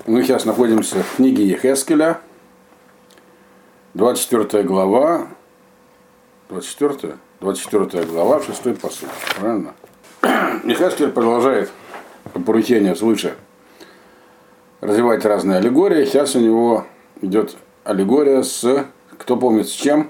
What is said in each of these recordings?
Мы сейчас находимся в книге Ехескеля, 24 глава, 24 глава, 6 пасук. Правильно? Ехескель продолжает по поручению свыше развивать разные аллегории. Сейчас у него идет аллегория с, кто помнит, с чем?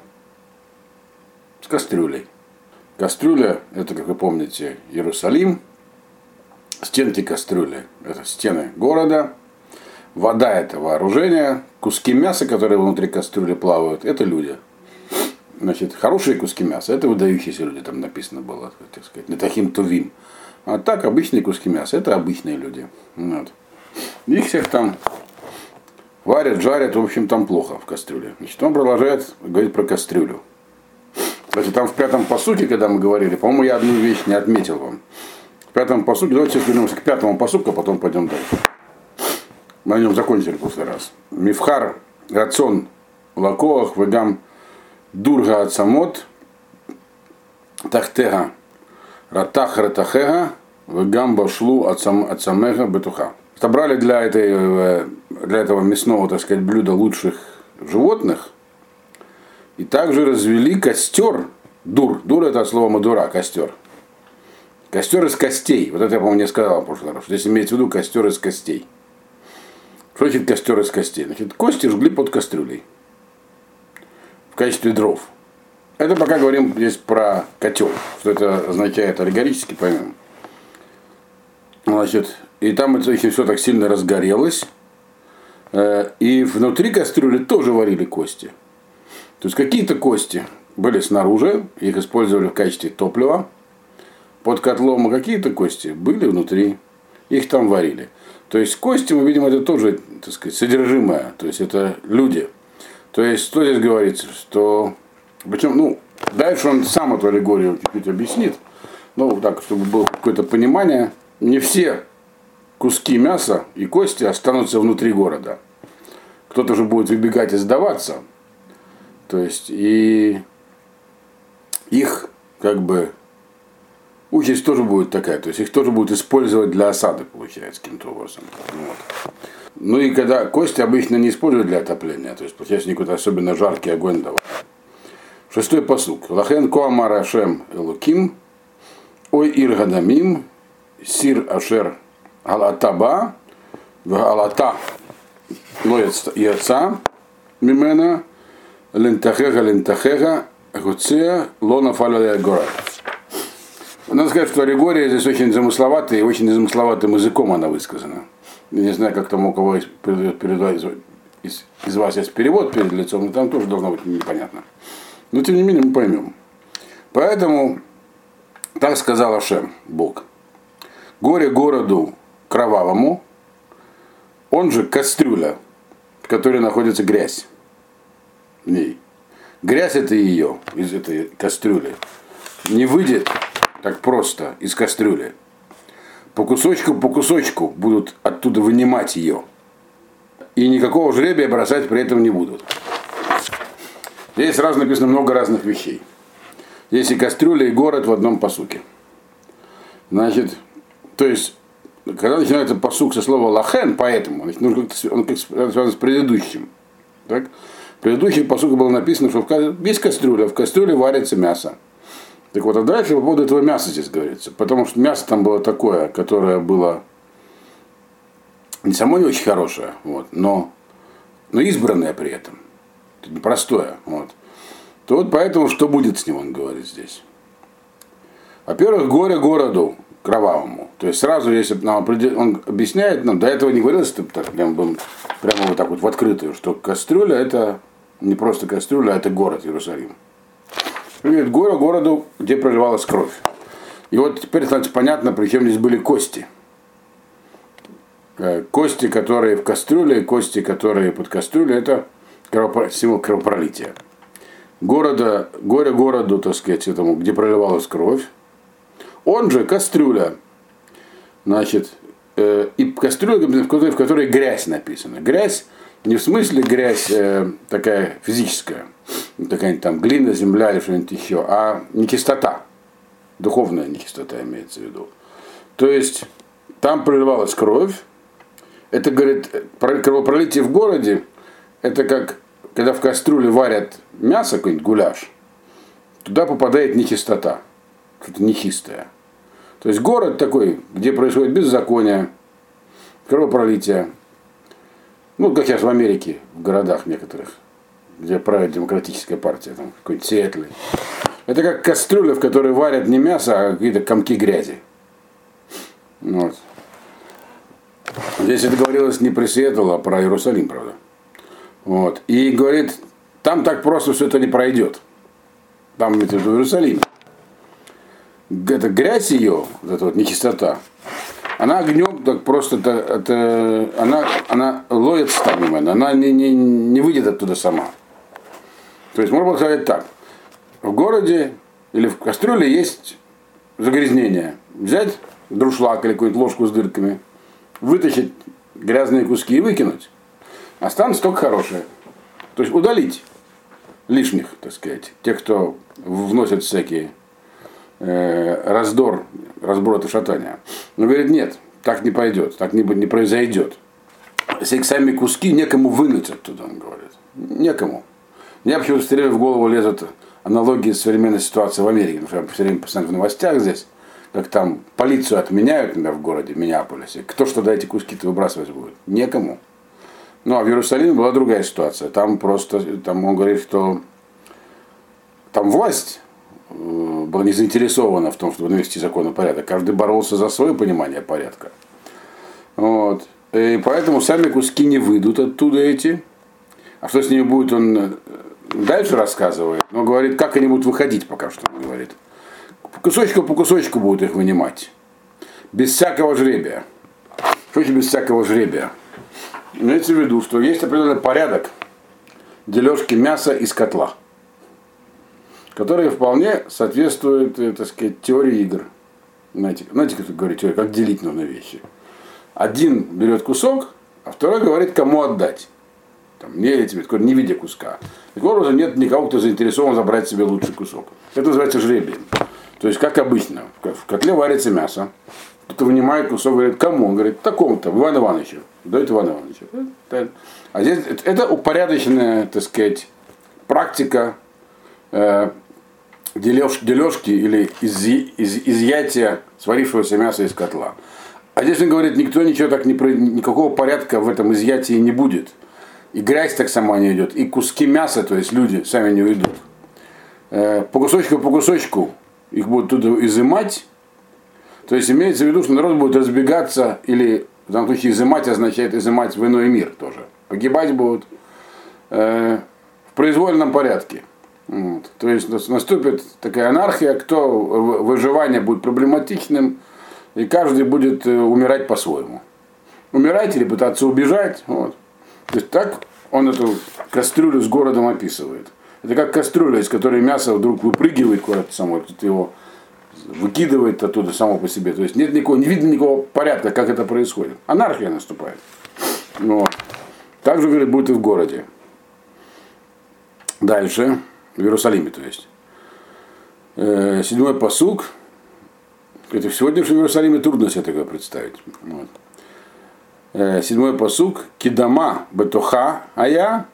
С кастрюлей. Кастрюля, это, как вы помните, Иерусалим. Стенки кастрюли – это стены города. Вода – это вооружение. Куски мяса, которые внутри кастрюли плавают – это люди. Значит, хорошие куски мяса – это выдающиеся люди, там написано было, так сказать, нетахим тувим. А так, обычные куски мяса – это обычные люди. Вот. Их всех там варят, жарят, в общем, там плохо в кастрюле. Значит, он продолжает говорить про кастрюлю. Кстати, там в 5 пасуке, когда мы говорили, по-моему, я одну вещь не отметил вам. В 5 пасуке, давайте сейчас вернемся к 5 пасуку, а потом пойдем дальше. Мы на нем закончили в прошлый раз. Мифхар, рацион, лакоах, вегам, дурга ацамот, тахтега, ратах ратахега, вегам башлу ацамега бетуха. Собрали для этого мясного, так сказать, блюда лучших животных. И также развели костер, дур. Дур это от слова мадура, костер. Костер из костей. Вот это я, по-моему, не сказал в прошлый раз. Здесь имеется в виду костер из костей. Что значит костер из костей? Значит, кости жгли под кастрюлей. В качестве дров. Это пока говорим здесь про котел. Что это означает аллегорически, поймем. Значит, и там это все так сильно разгорелось. И внутри кастрюли тоже варили кости. То есть какие-то кости были снаружи, их использовали в качестве топлива под котлом, а какие-то кости были внутри, их там варили. То есть кости, мы видим, это тоже, так сказать, содержимое, то есть это люди. То есть что здесь говорится, что... Причем, дальше он сам эту аллегорию чуть-чуть объяснит, так, чтобы было какое-то понимание, не все куски мяса и кости останутся внутри города. Кто-то же будет выбегать и сдаваться. То есть и их участь тоже будет такая, то есть их тоже будут использовать для осады, получается, каким-то образом. Вот. И когда кости обычно не используют для отопления, то есть получается какой-то особенно жаркий огонь давать. 6 пасук. Лахен коамар ашем элуким, ой ир гадамим, сир ашер галатаба, галата лоец яца мимена, лентахега, гуцея, лона фаля гора. Надо сказать, что аллегория здесь очень замысловатая, и очень замысловатым языком она высказана. Я не знаю, как там у кого из вас есть перевод перед лицом, но там тоже должно быть непонятно. Но тем не менее мы поймем. Поэтому так сказал Ашем, Бог. Горе городу кровавому, он же кастрюля, в которой находится грязь. В ней. Грязь это ее, из этой кастрюли, не выйдет так просто из кастрюли. По кусочку будут оттуда вынимать ее. И никакого жребия бросать при этом не будут. Здесь сразу написано много разных вещей. Здесь и кастрюля, и город в одном пасуке. Значит, то есть, когда начинается пасук со слова лахен, поэтому, он как связан с предыдущим. Так? В предыдущих пасуках было написано, что есть кастрюля, в кастрюле варится мясо. Так вот, а дальше по поводу этого мяса здесь говорится. Потому что мясо там было такое, которое было не само не очень хорошее, но избранное при этом. Непростое. То вот поэтому что будет с ним, он говорит здесь. Во-первых, горе городу кровавому. То есть сразу, если он объясняет нам, до этого не говорилось, что прямо вот так вот в открытую, что кастрюля это не просто кастрюля, а это город Иерусалим. Он говорит, горе городу, где проливалась кровь. И вот теперь становится понятно, при чем здесь были кости. Кости, которые в кастрюле, и кости, которые под кастрюлей, это символ кровопролития. Горе городу, так сказать, этому, где проливалась кровь. Он же кастрюля. Значит, и кастрюля, в которой грязь написана. Грязь не в смысле грязь такая физическая, какая-нибудь там глина, земля или что-нибудь еще, а нечистота. Духовная нечистота имеется в виду. То есть там проливалась кровь. Это, говорит, кровопролитие в городе, это как, когда в кастрюле варят мясо, какой-нибудь гуляш, туда попадает нечистота, что-то нечистое. То есть город такой, где происходит беззаконие, кровопролитие. Ну, как сейчас в Америке, в городах некоторых, где правит демократическая партия, там какой-нибудь Сиэтл. Это как кастрюля, в которой варят не мясо, а какие-то комки грязи. Вот. Здесь это говорилось не про Сиэтл, а про Иерусалим, правда. Вот. И говорит, там так просто все это не пройдет. Там это в Иерусалиме. Эта грязь ее, вот эта вот нечистота, она огнем так просто, она ловится там, она не выйдет оттуда сама. То есть можно сказать так, в городе или в кастрюле есть загрязнение. Взять друшлаг или какую-нибудь ложку с дырками, вытащить грязные куски и выкинуть. Останутся только хорошие. То есть удалить лишних, так сказать, тех, кто вносит всякие разброд и шатания. Но говорит, нет, так не пойдет, так не произойдет. Если сами куски некому вынуть оттуда, он говорит. Некому. Мне почему-то все время в голову лезут аналогии с современной ситуацией в Америке, потому что я все время постоянно в новостях здесь, как там полицию отменяют, например, в городе Миннеаполисе. Кто что, эти куски-то выбрасывать будет? Некому. Ну, а в Иерусалиме была другая ситуация. Там просто, там он говорит, что там власть была не заинтересована в том, чтобы навести закон и порядок. Каждый боролся за свое понимание порядка. Вот. И поэтому сами куски не выйдут оттуда эти. А что с ними будет, он дальше рассказывает. Но говорит, как они будут выходить пока что, он говорит. По кусочку будут их вынимать. Без всякого жребия. Что значит без всякого жребия? Имеется в виду, что есть определенный порядок дележки мяса из котла, который вполне соответствует, так сказать, теории игр. Знаете, как говорит теория, как делить нужно вещи. Один берет кусок, а второй говорит, кому отдать. Там, не я тебе, не видя куска. Таким образом, нет никого, кто заинтересован забрать себе лучший кусок. Это называется жребием. То есть, как обычно, в котле варится мясо, кто-то вынимает кусок, говорит, кому? Он говорит, такому-то, Ивану Ивановичу. Дает Ивану Ивановичу. А здесь это упорядоченная, так сказать, практика дележки или изъятия сварившегося мяса из котла. А здесь он говорит, никто ничего так никакого порядка в этом изъятии не будет. И грязь так сама не идет, и куски мяса, то есть люди сами не уйдут. По кусочку их будут туда изымать. То есть имеется в виду, что народ будет разбегаться, или в данном случае изымать означает изымать в иной мир тоже. Погибать будут в произвольном порядке. Вот. То есть наступит такая анархия, кто выживание будет проблематичным, и каждый будет умирать по-своему. Умирать или пытаться убежать. Вот. То есть так он эту кастрюлю с городом описывает. Это как кастрюля, из которой мясо вдруг выпрыгивает куда-то само, кто-то его выкидывает оттуда само по себе. То есть нет никакого, не видно никакого порядка, как это происходит. Анархия наступает. Вот. Так же, говорит, будет и в городе. Дальше, в Иерусалиме, то есть. 7-й пасук. Это сегодня в Иерусалиме трудно себе такое представить. Вот. 7-й пасук. Кидама бетоха ая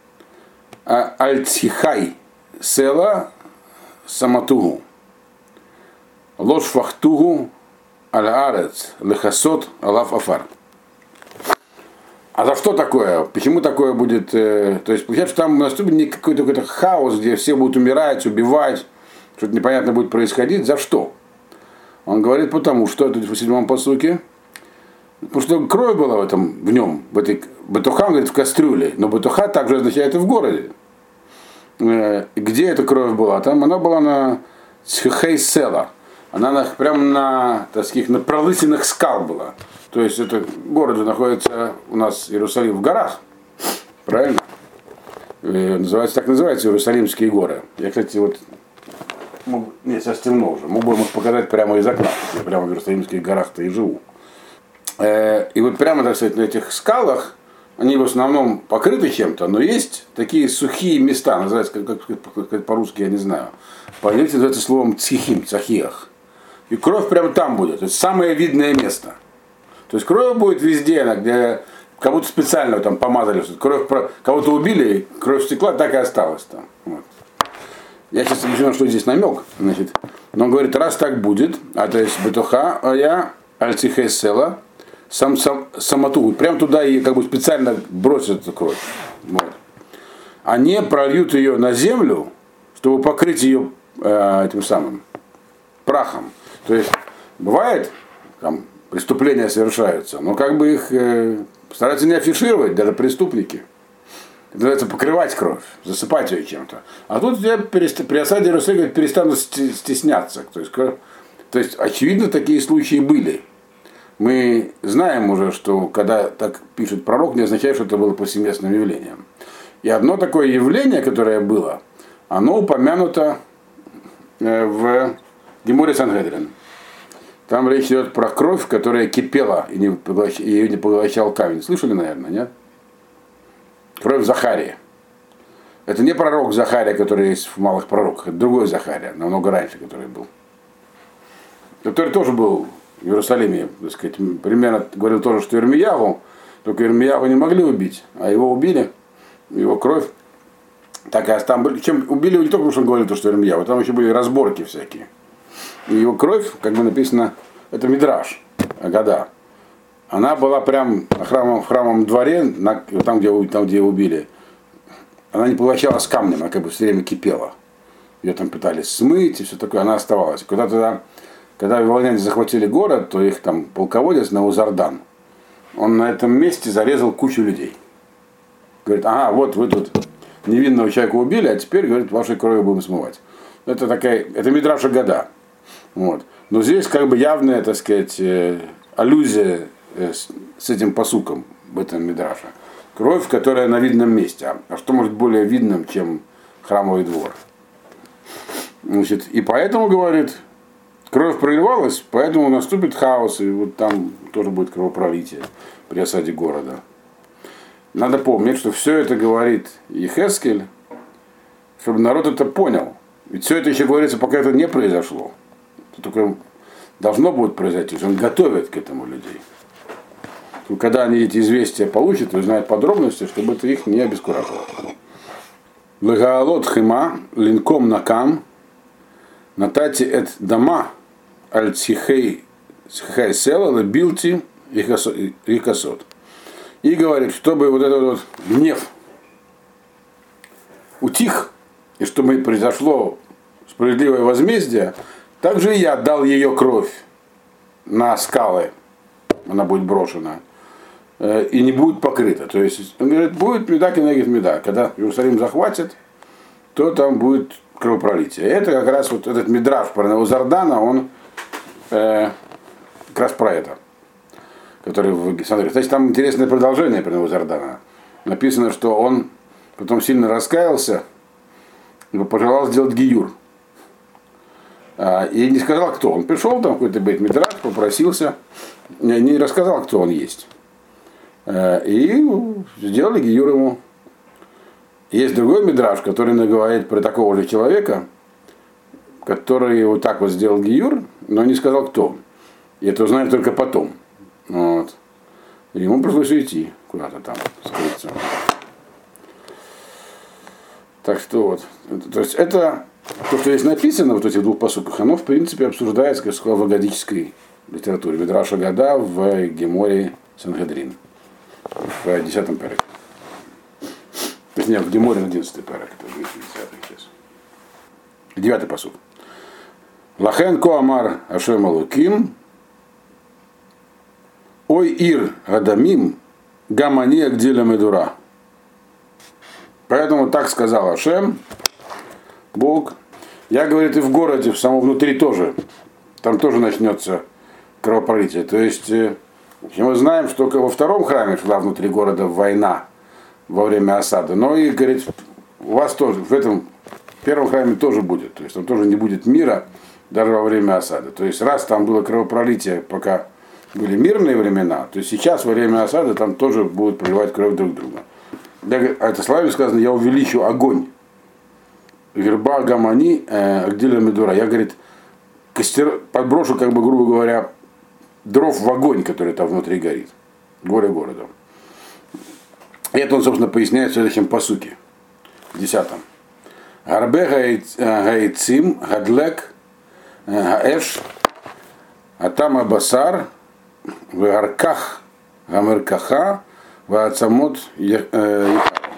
альцихай села саматугу. Лош фахтугу аль-арец лехасот алаф афар. А за что такое? Почему такое будет? То есть, получается, что там наступит какой-то хаос, где все будут умирать, убивать, что-то непонятно будет происходить. За что? Он говорит, потому что, это в 7-м пасуке, потому что кровь была в нем, в этой бетуха, он говорит, в кастрюле, но бетуха также означает и в городе. Где эта кровь была? Там она была на Цхейсела. Она прямо на пролысинах скал была. То есть это город же находится у нас, Иерусалим, в горах. Правильно? Так называются Иерусалимские горы. Я, кстати, сейчас темно уже. Мог бы показать прямо из окна. Я прямо в Иерусалимских горах-то и живу. И вот прямо, так сказать, на этих скалах, они в основном покрыты чем-то, но есть такие сухие места, называется, как по-русски, я не знаю. По-английски называется словом цихим, цахиах. И кровь прямо там будет. Это самое видное место. То есть кровь будет везде, где как будто специально там помазали, что кровь, кого-то убили, кровь стекла, так и осталась там. Вот. Я сейчас объясню, что здесь намек. Значит, но он говорит, раз так будет, а то есть бетуха, а я альцихес села, самоту, прям туда и как бы специально бросят эту кровь. Вот. Они прольют ее на землю, чтобы покрыть ее этим самым прахом. То есть бывает, там преступления совершаются, но как бы их стараются не афишировать, даже преступники. Это называется покрывать кровь, засыпать ее чем-то. А тут я при осаде Иерусалима перестанут стесняться. То есть, очевидно, такие случаи были. Мы знаем уже, что когда так пишет пророк, не означает, что это было повсеместным явлением. И одно такое явление, которое было, оно упомянуто в Геморе Сангедрин. Там речь идет про кровь, которая кипела и ее не поглощал камень. Слышали, наверное, нет? Кровь Захария. Это не пророк Захария, который есть в малых пророках, это другой Захария, намного раньше, который был. Который тоже был в Иерусалиме, так сказать, примерно говорил тоже, что Ирмияву, только Ирмияву не могли убить, а его убили, его кровь. Так и там были, чем убили его не только потому, что он говорил, что Ирмияву, там еще были разборки всякие. И его кровь, как бы написано, это Мидраш, Агада. Она была прям в храмовом дворе, там, где ее убили. Она не поглощалась камнем, она как бы все время кипела. Ее там пытались смыть и все такое, она оставалась. Когда вавилоняне захватили город, то их там полководец Навузардан, он на этом месте зарезал кучу людей. Говорит, ага, вот вы тут невинного человека убили, а теперь, говорит, вашей кровью будем смывать. Это Мидраш Агада. Вот. Но здесь как бы явная, так сказать, аллюзия с этим пасуком в этом Мидраше. Кровь, которая на видном месте. А что может более видным, чем храмовый двор? Значит, и поэтому, говорит, кровь проливалась, поэтому наступит хаос, и вот там тоже будет кровопролитие при осаде города. Надо помнить, что все это говорит Йехескель, чтобы народ это понял. Ведь все это еще говорится, пока это не произошло. Это только должно будет произойти, что он готовит к этому людей. И когда они эти известия получат и узнают подробности, чтобы это их не обескуражило. Легаалот хима, линком накам, натати эт дама, аль цихей села, лебилти рикасот. И говорит, чтобы вот этот вот гнев утих, и чтобы произошло справедливое возмездие, также и я дал ее кровь на скалы, она будет брошена, и не будет покрыта. То есть, он говорит, будет меда кенегет меда. Когда Иерусалим захватит, то там будет кровопролитие. И это как раз вот этот мидраш про Навузардана, он как раз про это. Который в Сандрии. Кстати, там интересное продолжение про Навузардана. Написано, что он потом сильно раскаялся и пожелал сделать гиюр. И не сказал, кто. Он пришел там в какой-то бейт-мидраш, попросился, не рассказал, кто он есть. И сделали гиюр ему. Есть другой мидраш, который говорит про такого же человека, который вот так вот сделал гиюр, но не сказал, кто он. И это узнали только потом. Вот. И ему пришлось уйти куда-то там, скрыться. Так что вот. То есть это то, что здесь написано в этих двух посуках, оно в принципе обсуждается, как сказал, в агадической литературе. Мидраш Агада в Геморе Сангедрин. В 10-м параке. То есть нет, в Геморе на 11-й парак. Это будет 10-й сейчас. 9-й посук. Лахен коамар Ашем Алуким. Ой ир гадамим гамани агдиля медура. Поэтому так сказал Ашем, Бог. Я, говорит, и в городе, в самом внутри тоже. Там тоже начнется кровопролитие. То есть, мы знаем, что только во втором храме шла внутри города война во время осады. Но и, говорит, у вас тоже, в этом первом храме тоже будет. То есть, там тоже не будет мира даже во время осады. То есть, раз там было кровопролитие, пока были мирные времена, то сейчас во время осады там тоже будут проливать кровь друг друга. А это словами сказано, я увеличу огонь. Верба гамани агдиля медура. Я, говорит, подброшу, как бы, грубо говоря, дров в огонь, который там внутри горит. Горе города. Это он, собственно, поясняет в следующем пасуке, в 10-м. Гарбе гаицим гадлек гаэш атама басар в арках гамеркаха в ацамот ехару.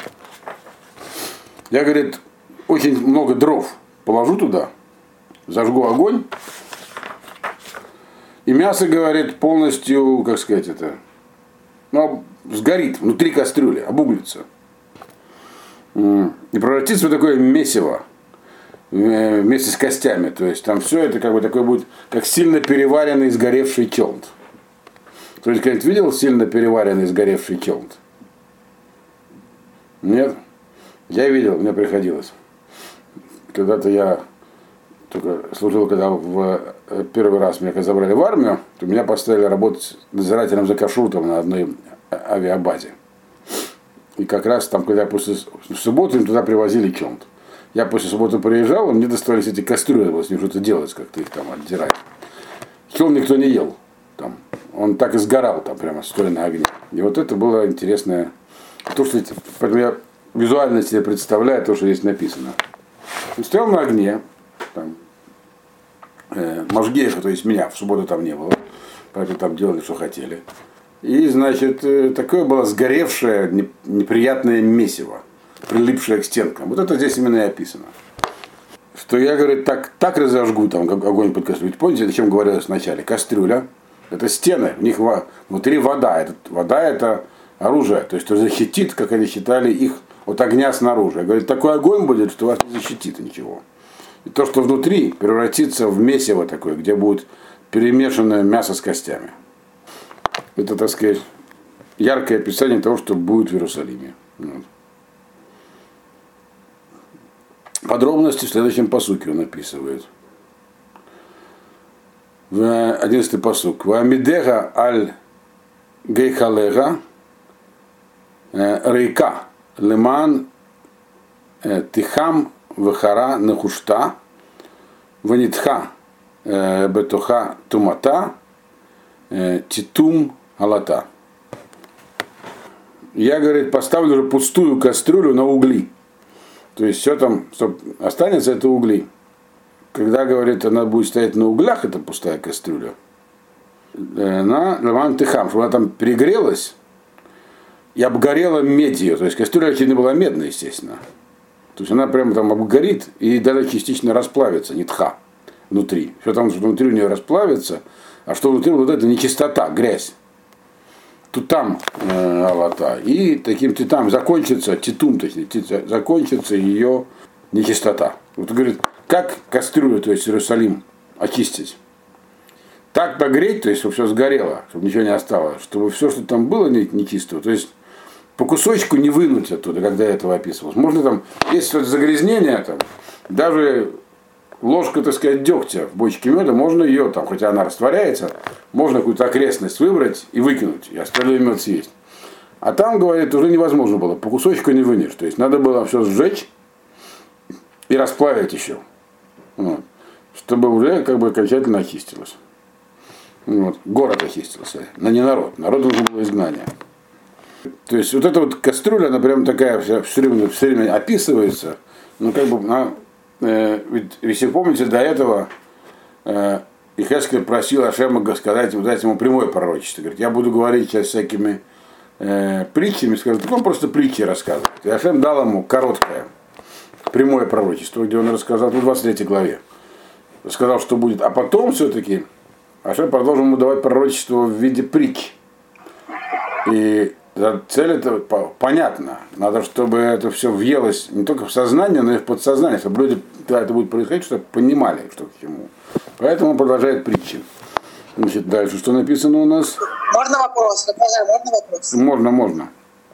Я, говорит, очень много дров положу туда, зажгу огонь, и мясо, говорит, полностью, как сказать это, ну, сгорит внутри кастрюли, обуглится. И превратится в такое месиво вместе с костями. То есть там все это как бы такой будет, как сильно переваренный сгоревший келнт. То есть, когда-нибудь видел сильно переваренный сгоревший келнт? Нет? Я видел, мне приходилось. Когда-то я только служил, когда в первый раз меня когда забрали в армию, то меня поставили работать надзирателем за кашрутом на одной авиабазе. И как раз там, когда я после субботы им туда привозили келнт. Я после субботы приезжал, и мне доставались эти кастрюли, надо было с ним что-то делать, как-то их там отдирать. Келнт никто не ел. Там. Он так и сгорал там прямо, стоя на огне. И вот это было интересное. То, что поэтому я визуально себе представляю то, что здесь написано. Он стоял на огне, там, Можгеша, то есть меня, в субботу там не было, поэтому там делали, что хотели. И, значит, такое было сгоревшее, неприятное месиво, прилипшее к стенкам. Вот это здесь именно и описано. Что я, говорю, так разожгу там огонь под кастрюлей. Помните, о чем говорилось вначале? Кастрюля, это стены, у них внутри вода. Вода это оружие, то есть защитит, как они считали, их от огня снаружи. Говорит, такой огонь будет, что вас не защитит ничего. И то, что внутри, превратится в месиво такое, где будет перемешанное мясо с костями. Это, так сказать, яркое описание того, что будет в Иерусалиме. Вот. Подробности в следующем пасуке он описывает. В 11-й пасук. Вамидега аль гейхалега рейка леман тихам вехара нехушта ванитха бетоха тумата титум алата. Я, говорит, поставлю уже пустую кастрюлю на угли. То есть все там, что останется, это угли. Когда, говорит, она будет стоять на углях, эта пустая кастрюля, на леман тихам, чтобы она там перегрелась и обгорела медью. То есть кастрюля, очевидно, была медная, естественно. То есть она прямо там обгорит и даже частично расплавится, нитха, внутри. Все там, что внутри у нее расплавится, а что внутри, вот это нечистота, грязь. Тут там алата. И таким титам закончится, титум, точнее, закончится ее нечистота. Вот говорит, как кастрюлю, то есть Иерусалим, очистить? Так погреть, то есть чтобы все сгорело, чтобы ничего не осталось, чтобы все, что там было нечистого, то есть по кусочку не вынуть оттуда, когда я этого описывалось. Можно там, если что-то загрязнение, там, даже ложка, так сказать, дегтя в бочке меда, можно ее, там, хотя она растворяется, можно какую-то окрестность выбрать и выкинуть, и остальной мед съесть. А там, говорит, уже невозможно было, по кусочку не вынешь. То есть надо было все сжечь и расплавить еще. Вот. Чтобы уже как бы окончательно очистилось. Вот. Город очистился, но не народ. Народу нужно было изгнание. То есть вот эта вот кастрюля, она прям такая все время описывается. Ну как бы ведь, если помните, до этого Ихескель просил Ашема сказать, дать ему прямое пророчество. Говорит, я буду говорить сейчас всякими притчами, скажет, так он просто притчи рассказывает. И Ашем дал ему короткое, прямое пророчество, где он рассказал, в 23 главе, сказал, что будет. А потом все-таки Ашем продолжил ему давать пророчество в виде притч. И цель это понятна. Надо, чтобы это все въелось не только в сознание, но и в подсознание, чтобы люди, когда это будет происходить, чтобы понимали, что к чему. Поэтому он продолжает притчи. Значит, дальше что написано у нас? Можно вопрос? Можно вопрос? Можно.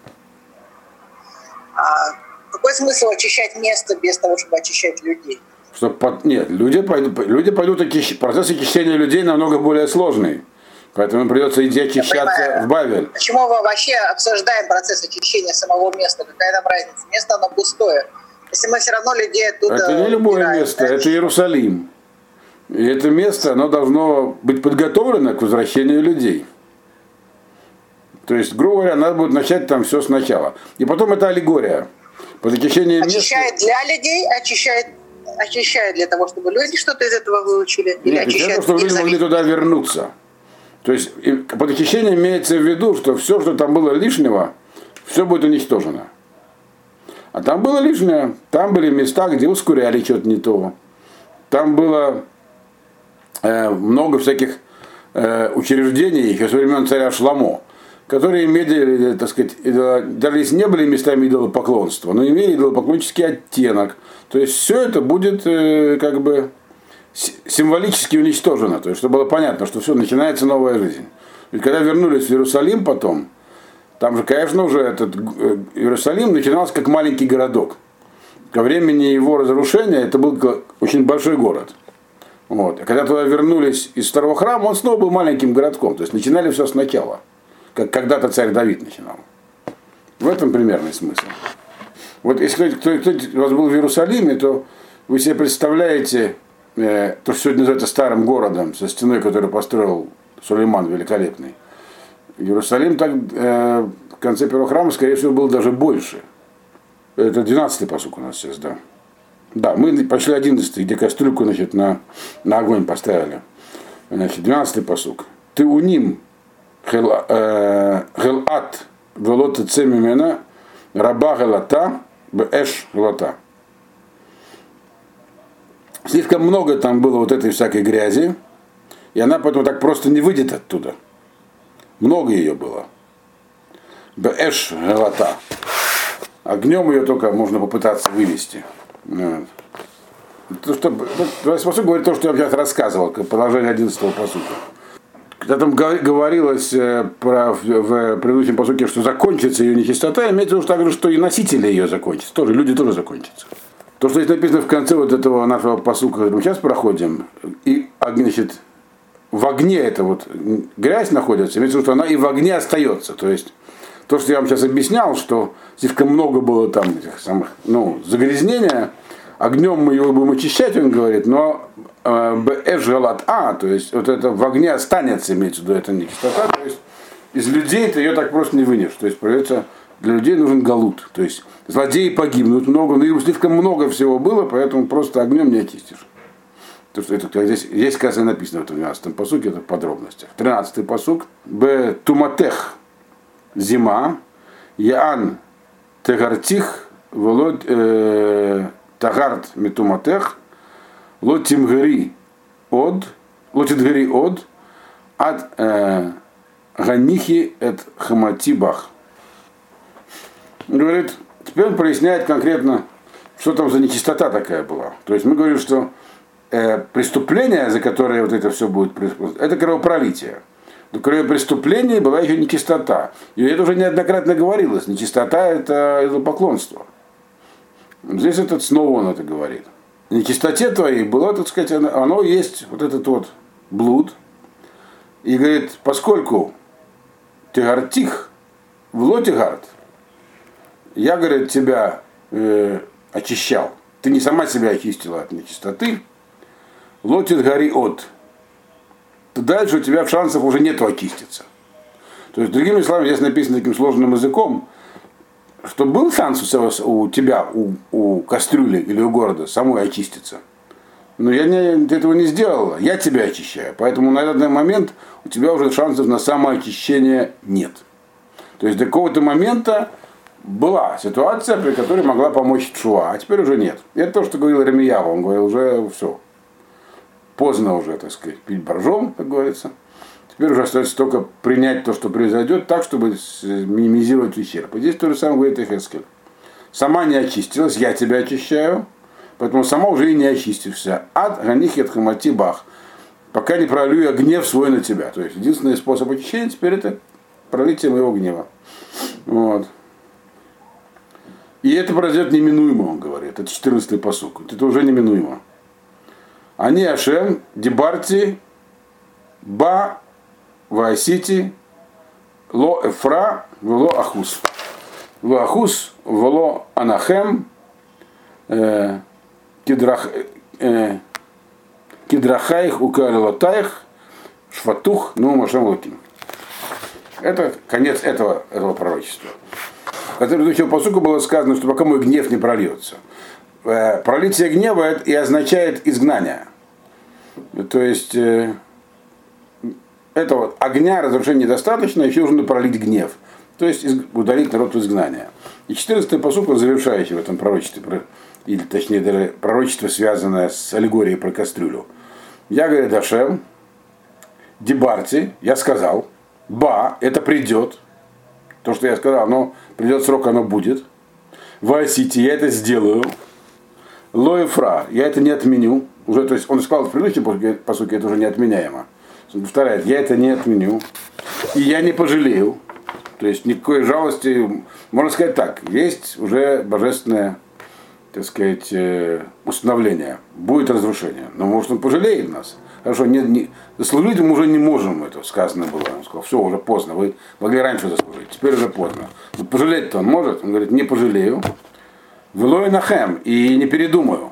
Какой смысл очищать место без того, чтобы очищать людей? Нет, люди пойдут процесс очищения людей намного более сложный. Поэтому придется идти очищаться в Бавель. Почему мы вообще обсуждаем процесс очищения самого места? Какая нам разница? Место оно пустое. Если мы все равно людей оттуда... Это не любое место, это Иерусалим. И это место, оно должно быть подготовлено к возвращению людей. То есть, грубо говоря, надо будет начать там все сначала. И потом это аллегория. Под очищение очищает для людей, очищает для того, чтобы люди что-то из этого выучили? Или Нет, очищает для того, чтобы люди могли туда вернуться. То есть под очищением имеется в виду, что все, что там было лишнего, все будет уничтожено. А там было лишнее. Там были места, где ускоряли что-то не то. Там было много всяких учреждений еще со времен царя Шламо, которые имели, так сказать, даже если не были местами идолопоклонства, но имели идолопоклоннический оттенок. То есть все это будет как бы символически уничтожено. То есть чтобы было понятно, что все, начинается новая жизнь. Ведь когда вернулись в Иерусалим потом, там же, конечно, уже этот Иерусалим начинался как маленький городок. Ко времени его разрушения это был очень большой город. Вот. А когда туда вернулись из второго храма, он снова был маленьким городком. То есть начинали все сначала, как когда-то царь Давид начинал. В этом примерный смысл. Вот если кто у вас был в Иерусалиме, то вы себе представляете то, что сегодня называется старым городом, со стеной, которую построил Сулейман Великолепный. Иерусалим так в конце первого храма, скорее всего, был даже больше. Это 12-й пасук у нас сейчас, да. Да, мы пошли 11-й, где кастрюльку, значит, на огонь поставили. Значит, 12-й пасук. Ты уним хелат велота цемимена раба гелата бэш гелата. Слишком много там было вот этой всякой грязи, и она поэтому так просто не выйдет оттуда. Много ее было. Бэш гелата. Огнем ее только можно попытаться вывести. Вот. То, что, посуд говорит то, что я сейчас рассказывал, продолжение 11-го посука. Когда там говорилось в предыдущем посуке, что закончится ее нечистота, имеется в виду также, что и носители ее закончатся. Тоже, люди тоже закончатся. То, что здесь написано в конце вот этого нашего посука, который мы сейчас проходим, и, значит, в огне эта вот грязь находится, имеется в виду, что она и в огне остается. То есть то, что я вам сейчас объяснял, что слишком много было там этих самых, загрязнения, огнем мы его будем очищать, он говорит, но то есть вот это в огне останется, имеется в виду, это нечистота, то есть из людей ты ее так просто не вынешь, то есть придется, для людей нужен галут, то есть злодеи погибнут много, но их слишком много всего было, поэтому просто огнем не очистишь. То, что это, здесь, кажется, написано в 12-м пасуке, это в подробностях. 13-й пасук, б туматех зима, яан тегартих, волод тагарт метуматех, лотимгери од, ад ганихи эт хамати бах. Говорит, теперь он проясняет конкретно, что там за нечистота такая была. То есть мы говорим, что преступление, за которое вот это все будет происходить, это кровопролитие. Но кроме преступлений была еще нечистота. И это уже неоднократно говорилось. Нечистота это идолопоклонство. Здесь этот снова он это говорит. В нечистоте твоей было, так сказать, оно есть вот этот вот блуд. И говорит, поскольку тигартих, влотигард, я, говорит, тебя очищал. Ты не сама себя очистила от нечистоты. Лотит гори от. То дальше у тебя шансов уже нету очиститься. То есть, другими словами, здесь написано таким сложным языком, что был шанс у тебя, у кастрюли или у города самой очиститься. Но ты этого не сделала, я тебя очищаю. Поэтому на этот момент у тебя уже шансов на самоочищение нет. То есть до какого-то момента была ситуация, при которой могла помочь Тшуа, а теперь уже нет. Это то, что говорил Иеремияу, он говорил, уже все. Поздно уже, так сказать, пить боржом, как говорится. Теперь уже остается только принять то, что произойдет, так, чтобы минимизировать ущерб. И здесь то же самое говорит Йехескель. Сама не очистилась, я тебя очищаю, поэтому сама уже и не очистишься. Ад ганихи хамати бах. Пока не пролью я гнев свой на тебя. То есть единственный способ очищения теперь это пролитие моего гнева. Вот. И это произойдет неминуемо, он говорит. Это 14-й пасук. Это уже неминуемо. Они Ашем, Дебарти, Ба, Ваасити, Ло Эфра, Вело Ахус. Вело Ахус, Вело Анахем, Кидрахаих, Укалилотаих, Шватух, ну Машем Луким. Это конец этого пророчества. В конце предыдущего посука было сказано, что пока мой гнев не прольется. Пролитие гнева и означает изгнание. То есть этого огня разрушения недостаточно, еще нужно пролить гнев. То есть удалить народ в изгнание. И 14-й посук, он завершающий в этом пророчестве, или точнее даже пророчество, связанное с аллегорией про кастрюлю. Я, говорит Ашем, дебарти, я сказал, ба, это придет. То, что я сказал, но придет срок, оно будет. Васити, я это сделаю. Лоефра, я это не отменю. Уже, то есть он сказал в предыдущем посуке, это уже неотменяемо. Он повторяет, я это не отменю. И я не пожалею. То есть никакой жалости. Можно сказать так, есть уже божественное, так сказать, установление. Будет разрушение. Но может он пожалеет нас. Хорошо, заслужить мы уже не можем, это сказано было. Он сказал, все, уже поздно, вы могли раньше заслужить, теперь уже поздно. Но пожалеть-то он может? Он говорит, не пожалею. Велой нахем, и не передумаю.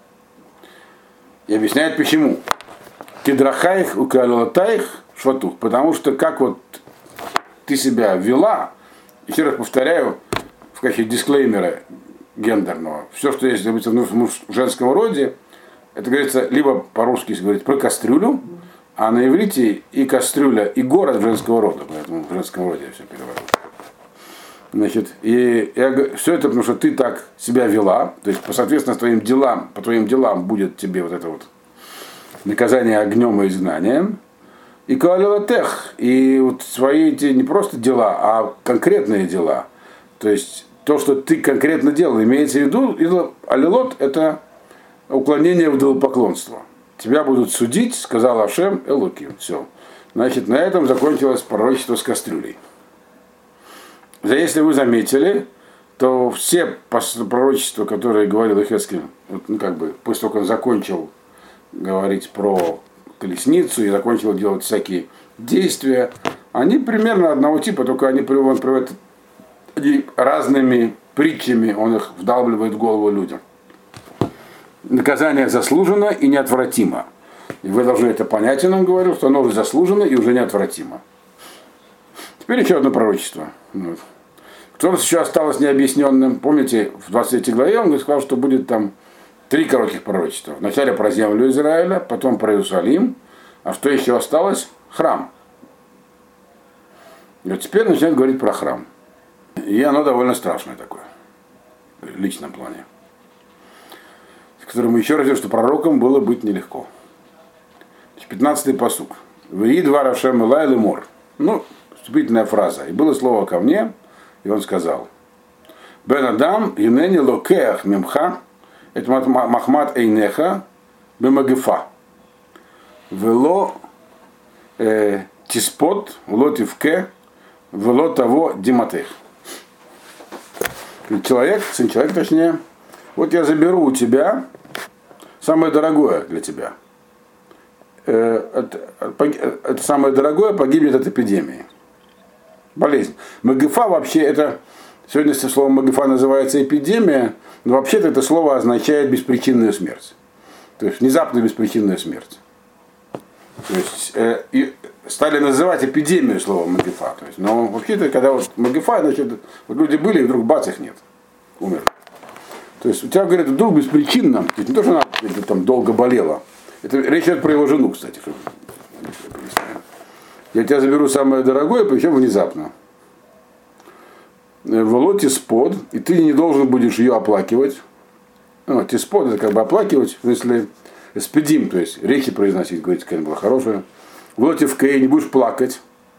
И объясняет почему. Кедрахаих у калилатаих шватух. Потому что как вот ты себя вела, еще раз повторяю, в качестве дисклеймера гендерного, все, что есть в женском роде, это говорится либо по-русски говорить про кастрюлю, а на иврите и кастрюля, и город женского рода, поэтому в женском роде я все перевожу. Значит, и все это потому, что ты так себя вела, то есть, соответственно, по твоим делам будет тебе вот это вот наказание огнем и изгнанием. И калилатех, и вот свои эти не просто дела, а конкретные дела. То есть то, что ты конкретно делал, имеется в виду, алилот это уклонение в идолопоклонство. Тебя будут судить, сказал Ашем Элоким. Все. Значит, на этом закончилось пророчество с кастрюлей. Если вы заметили, то все пророчества, которые говорил Ихескель, после того, как он закончил говорить про колесницу и закончил делать всякие действия, они примерно одного типа, только он приводит разными притчами, он их вдалбливает в голову людям. Наказание заслужено и неотвратимо. И вы должны это понять, и он говорил, что оно уже заслужено и уже неотвратимо. Теперь еще одно пророчество. Что у нас еще осталось необъясненным? Помните, в 23 главе он сказал, что будет там 3 коротких пророчества. Вначале про землю Израиля, потом про Иерусалим. А что еще осталось? Храм. И вот теперь начинает говорить про храм. И оно довольно страшное такое. В личном плане. С которым еще раз говорю, что пророком было быть нелегко. 15-й пасук. Вии два Рашем Илай Лемор. Вступительная фраза. И было слово ко мне, и он сказал. Бен Адам, Юнени Локеах Мимха, это Махмат Эйнеха, Бемагифа. Вело Тиспот, Вело Тивке, Вело Того Диматех. Человек, сын человека точнее, вот я заберу у тебя самое дорогое для тебя. Это самое дорогое погибнет от эпидемии. Болезнь. Магифа вообще это, сегодня слово магифа называется эпидемия, но вообще-то это слово означает беспричинную смерть. То есть внезапная беспричинная смерть. То есть стали называть эпидемию словом магифа. То есть, но вообще-то, когда вот магифа, значит, вот люди были, и вдруг бац, их нет. Умерли. То есть у тебя, говорят, вдруг беспричинно, то есть не то, что она там долго болела. Это речь идет про его жену, кстати. Я тебя заберу самое дорогое, причем внезапно. Вело Тиспот, и ты не должен будешь ее оплакивать. Тиспот это как бы оплакивать, в смысле спидим, то есть речи произносить, говорить, какая была хорошая. Вело Тивке, не будешь плакать.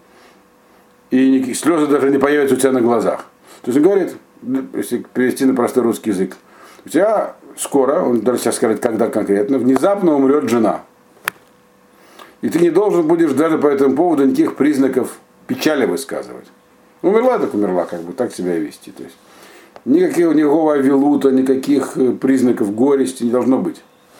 И слезы даже не появятся у тебя на глазах. То есть он говорит, если перевести на простой русский язык, у тебя скоро, он даже сейчас скажет, когда конкретно, внезапно умрет жена. И ты не должен будешь даже по этому поводу никаких признаков печали высказывать. Умерла, так умерла, как бы так себя и вести. То есть никакого авилута, никаких признаков горести не должно быть.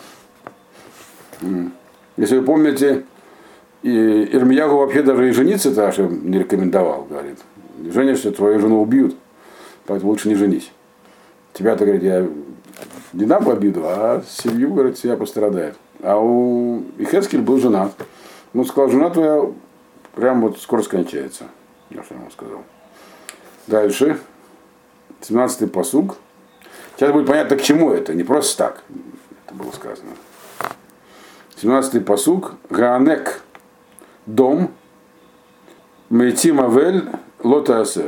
Если вы помните, Ирмиягу вообще даже и жениться-то не рекомендовал, говорит. Женишься, твою жену убьют, поэтому лучше не женись. Тебя-то, говорит, я не дам в обиду, а семью, говорит, себя пострадает. А у Ихескель был женат. Он сказал, жена твоя прям вот скоро скончается. Я что ему сказал. Дальше. 17-й пасук. Сейчас будет понятно, к чему это. Не просто так. Это было сказано. 17-й пасук. Гаанек. Дом. Мейтим авель лота асер.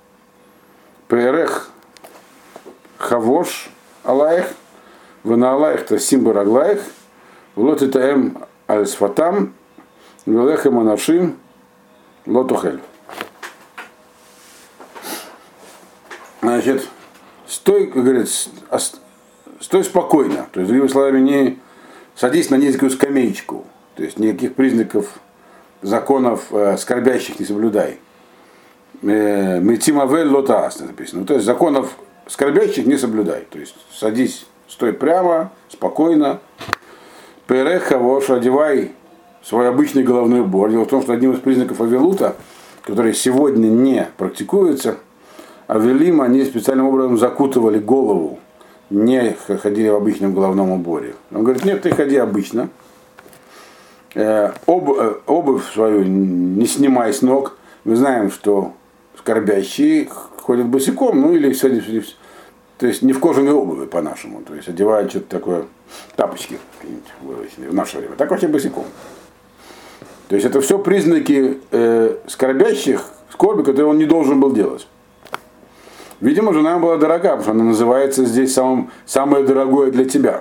Перех хавош алаих. Вена алаих тасим бараглаих. Лоти таэм аль-сфатам. Велехем анашим лотухель. Значит, стой, как говорится, стой спокойно. То есть, другими словами, не садись на низкую скамеечку. То есть никаких признаков законов скорбящих не соблюдай. Метимавель лотаас написано. То есть законов скорбящих не соблюдай. То есть садись, стой прямо, спокойно. Переха вош, одевай свой обычный головной убор. Дело в том, что одним из признаков авилута, который сегодня не практикуется, авелим, они специальным образом закутывали голову, не ходили в обычном головном уборе. Он говорит, нет, ты ходи обычно. Обувь свою не снимай с ног. Мы знаем, что скорбящие ходят босиком, ну или все, то есть не в кожаной обуви по-нашему. То есть одевают что-то такое, тапочки в наше время. Так вообще босиком. То есть это все признаки скорбящих, скорби, которые он не должен был делать. Видимо, жена была дорога, потому что она называется здесь самое дорогое для тебя.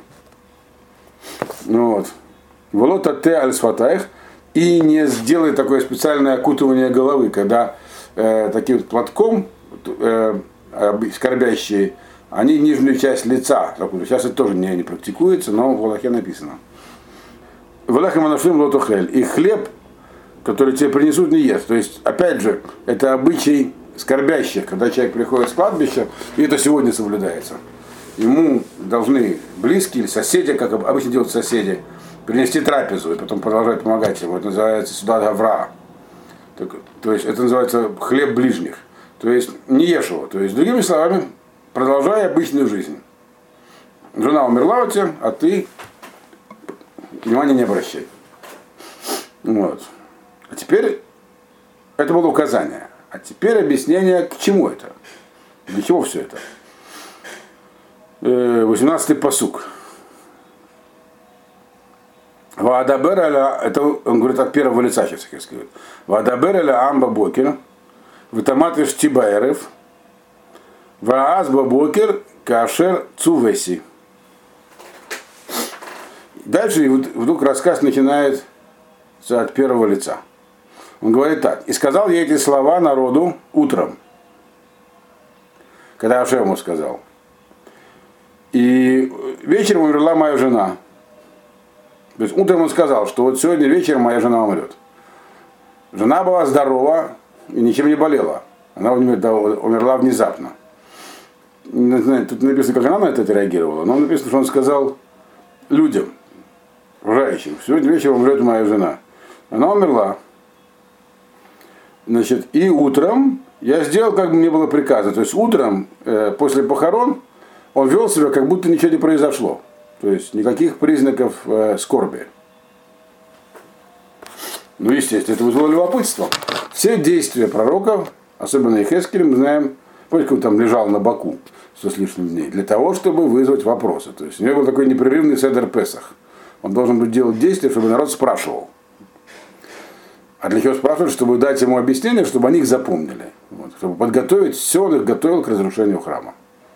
Вот. Волота те аль-сфатаих. И не сделай такое специальное окутывание головы, когда таким платком скорбящие, они нижнюю часть лица. Сейчас это тоже не практикуется, но в Аллахе написано. Валахим анафим лотухель. И хлеб, который тебе принесут, не ест. То есть, опять же, это обычай скорбящих, когда человек приходит с кладбища, и это сегодня соблюдается. Ему должны близкие или соседи, как обычно делают соседи, принести трапезу и потом продолжать помогать ему. Это называется сюда гавра. То есть это называется хлеб ближних. То есть не ешь его. То есть, другими словами, продолжай обычную жизнь. Жена умерла у тебя, а ты внимания не обращай. Вот. А теперь это было указание. А теперь объяснение, к чему это. Для чего все это. 18-й пасук. Ваадабер аля, это он говорит от первого лица, сейчас я скажу. Ваадабер аля амба бокер, витаматыш тибаерев, ваазба бокер, кашер цувеси. Дальше вдруг рассказ начинается от первого лица. Он говорит так. И сказал я эти слова народу утром, когда Ашем ему сказал. И вечером умерла моя жена. То есть утром он сказал, что вот сегодня вечером моя жена умрет. Жена была здорова и ничем не болела. Она умерла внезапно. Не знаю, тут написано, как жена на это реагировала, но написано, что он сказал людям, окружающим, сегодня вечером умрет моя жена. Она умерла. Значит, и утром я сделал, как мне было приказано. То есть утром, после похорон, он вел себя, как будто ничего не произошло. То есть никаких признаков скорби. Ну, естественно, это вызвало любопытство. Все действия пророков, особенно Йехескеля, мы знаем, помните, он там лежал на боку 100 с лишним дней, для того, чтобы вызвать вопросы. То есть у него был такой непрерывный седер Песах. Он должен был делать действия, чтобы народ спрашивал. А для чего спрашивать? Чтобы дать ему объяснение, чтобы они их запомнили. Вот, чтобы подготовить, все он их готовил к разрушению храма.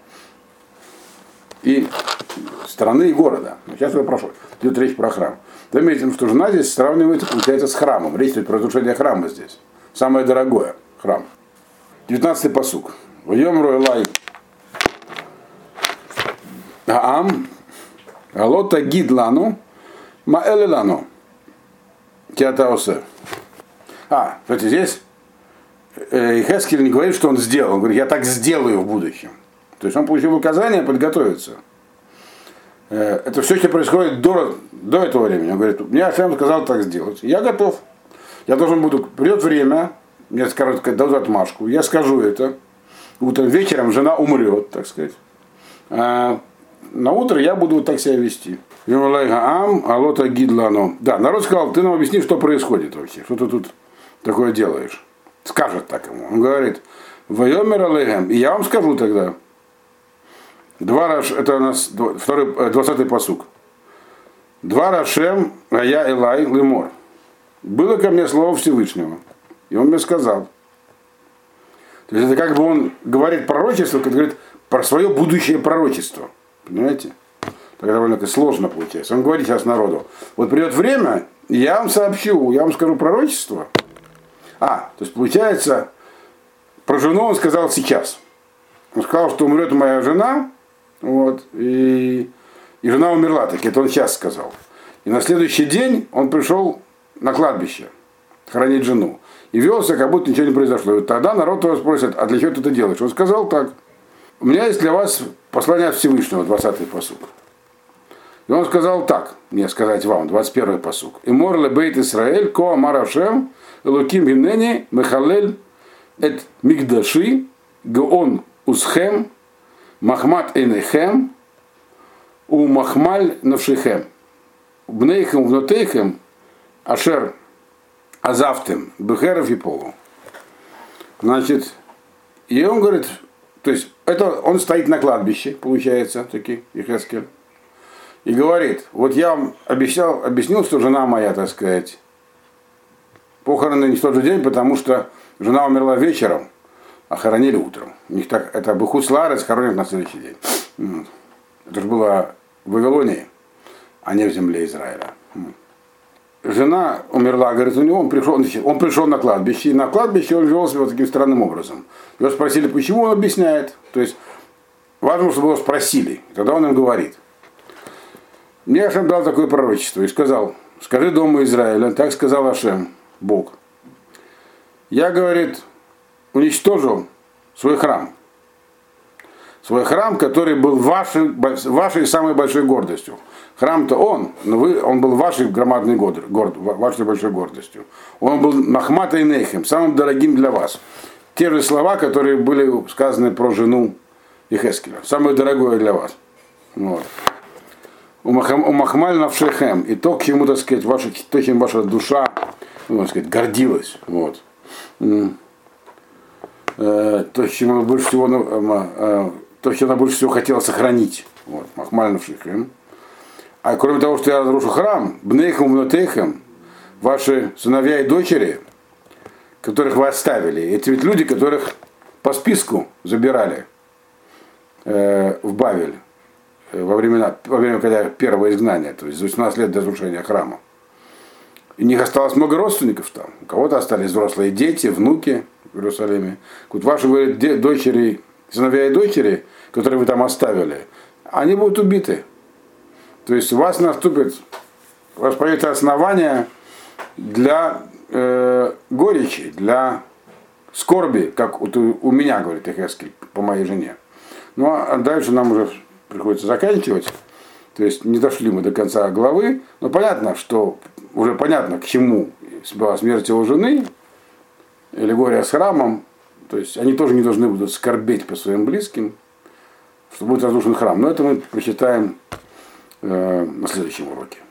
И страны и города. Сейчас я прошу. Идет речь про храм. Заметим, что жена здесь сравнивается, получается, с храмом. Речь идет про разрушение храма здесь. Самое дорогое. Храм. 19-й пасук. Вайом роэлай Аам Алота гидлану маэлелану киатаосе. Кстати, здесь Йехескель не говорит, что он сделал. Он говорит, я так сделаю в будущем. То есть он получил указание подготовиться. Это все, что происходит до этого времени. Он говорит, мне Ашем сказал так сделать. Я готов. Я должен буду, придет время, мне скажут, дадут отмашку, я скажу это. Утром, вечером жена умрет, так сказать. А на утро я буду вот так себя вести. Да, народ сказал, ты нам объясни, что происходит вообще, что ты тут такое делаешь. скажет так ему. Он говорит, Вайомер алейхем, и я вам скажу тогда. Это у нас 20-й пасук. Два Рашем, а я Элай Лемор. Было ко мне слово Всевышнего. И он мне сказал. То есть это как бы он говорит пророчество, как говорит про свое будущее пророчество. Понимаете? Так довольно сложно получается. Он говорит сейчас народу. Вот придет время, я вам сообщу, я вам скажу пророчество. То есть получается, про жену он сказал сейчас. Он сказал, что умрет моя жена, вот, и жена умерла, так это он сейчас сказал. И на следующий день он пришел на кладбище хоронить жену. И вел себя, как будто ничего не произошло. И тогда народ его спросит, а для чего ты это делаешь? Он сказал так. У меня есть для вас послание от Всевышнего, 20-й пасук. И он сказал так, мне сказать вам, 21-й пасук. И морле бейт Исраэль, ко амар Ашем, элоким гиннени, мехалель, эт мигдаши, геон усхем, махмат эйнехем, у махмаль навшихем. Бнейхем внутейхем, ашер азавтем, бехеров и полу. Значит, и он говорит, то есть это он стоит на кладбище, получается, таки, Йехескель, и говорит, вот я вам объяснил, что жена моя, так сказать, похороны не в тот же день, потому что жена умерла вечером, а хоронили утром. У них так, это Бехуц Лаарец хоронят на следующий день. Это же было в Вавилонии, а не в земле Израиля. Жена умерла, говорит, у него, он пришел на кладбище, и на кладбище он вел себя вот таким странным образом. Его спросили, почему, он объясняет. То есть, важно, чтобы его спросили. Тогда он им говорит. Мне Ашем дал такое пророчество и сказал, скажи дому Израиля, так сказал Ашем, Бог. Я, говорит, уничтожил свой храм. Свой храм, который был вашей самой большой гордостью. Храм-то он, но он был вашей громадной вашей большой гордостью. Он был Махмат Эйнехем, самым дорогим для вас. Те же слова, которые были сказаны про жену Йехескеля. Самое дорогое для вас. Вот. У Махмаль Навшехем. И то, к чему, так сказать, то, чем ваша душа, так сказать, гордилась. Вот. То, чем она больше всего хотела сохранить. Вот. Махмаль Навшехем. А кроме того, что я разрушу храм, бнейхам мнотейхам, ваши сыновья и дочери, которых вы оставили, эти ведь люди, которых по списку забирали в Бавель во время, когда первого изгнания, то есть за 18 лет до разрушения храма. И у них осталось много родственников там. У кого-то остались взрослые дети, внуки в Иерусалиме. Вот ваши дочери, сыновья и дочери, которые вы там оставили, они будут убиты. То есть у вас появится основание для горечи, для скорби, как у меня, говорит Йехескель, по моей жене. Ну а дальше нам уже приходится заканчивать. То есть не дошли мы до конца главы, но понятно, к чему была смерть его жены, или горе с храмом. То есть они тоже не должны будут скорбеть по своим близким, что будет разрушен храм. Но это мы прочитаем на следующем уроке.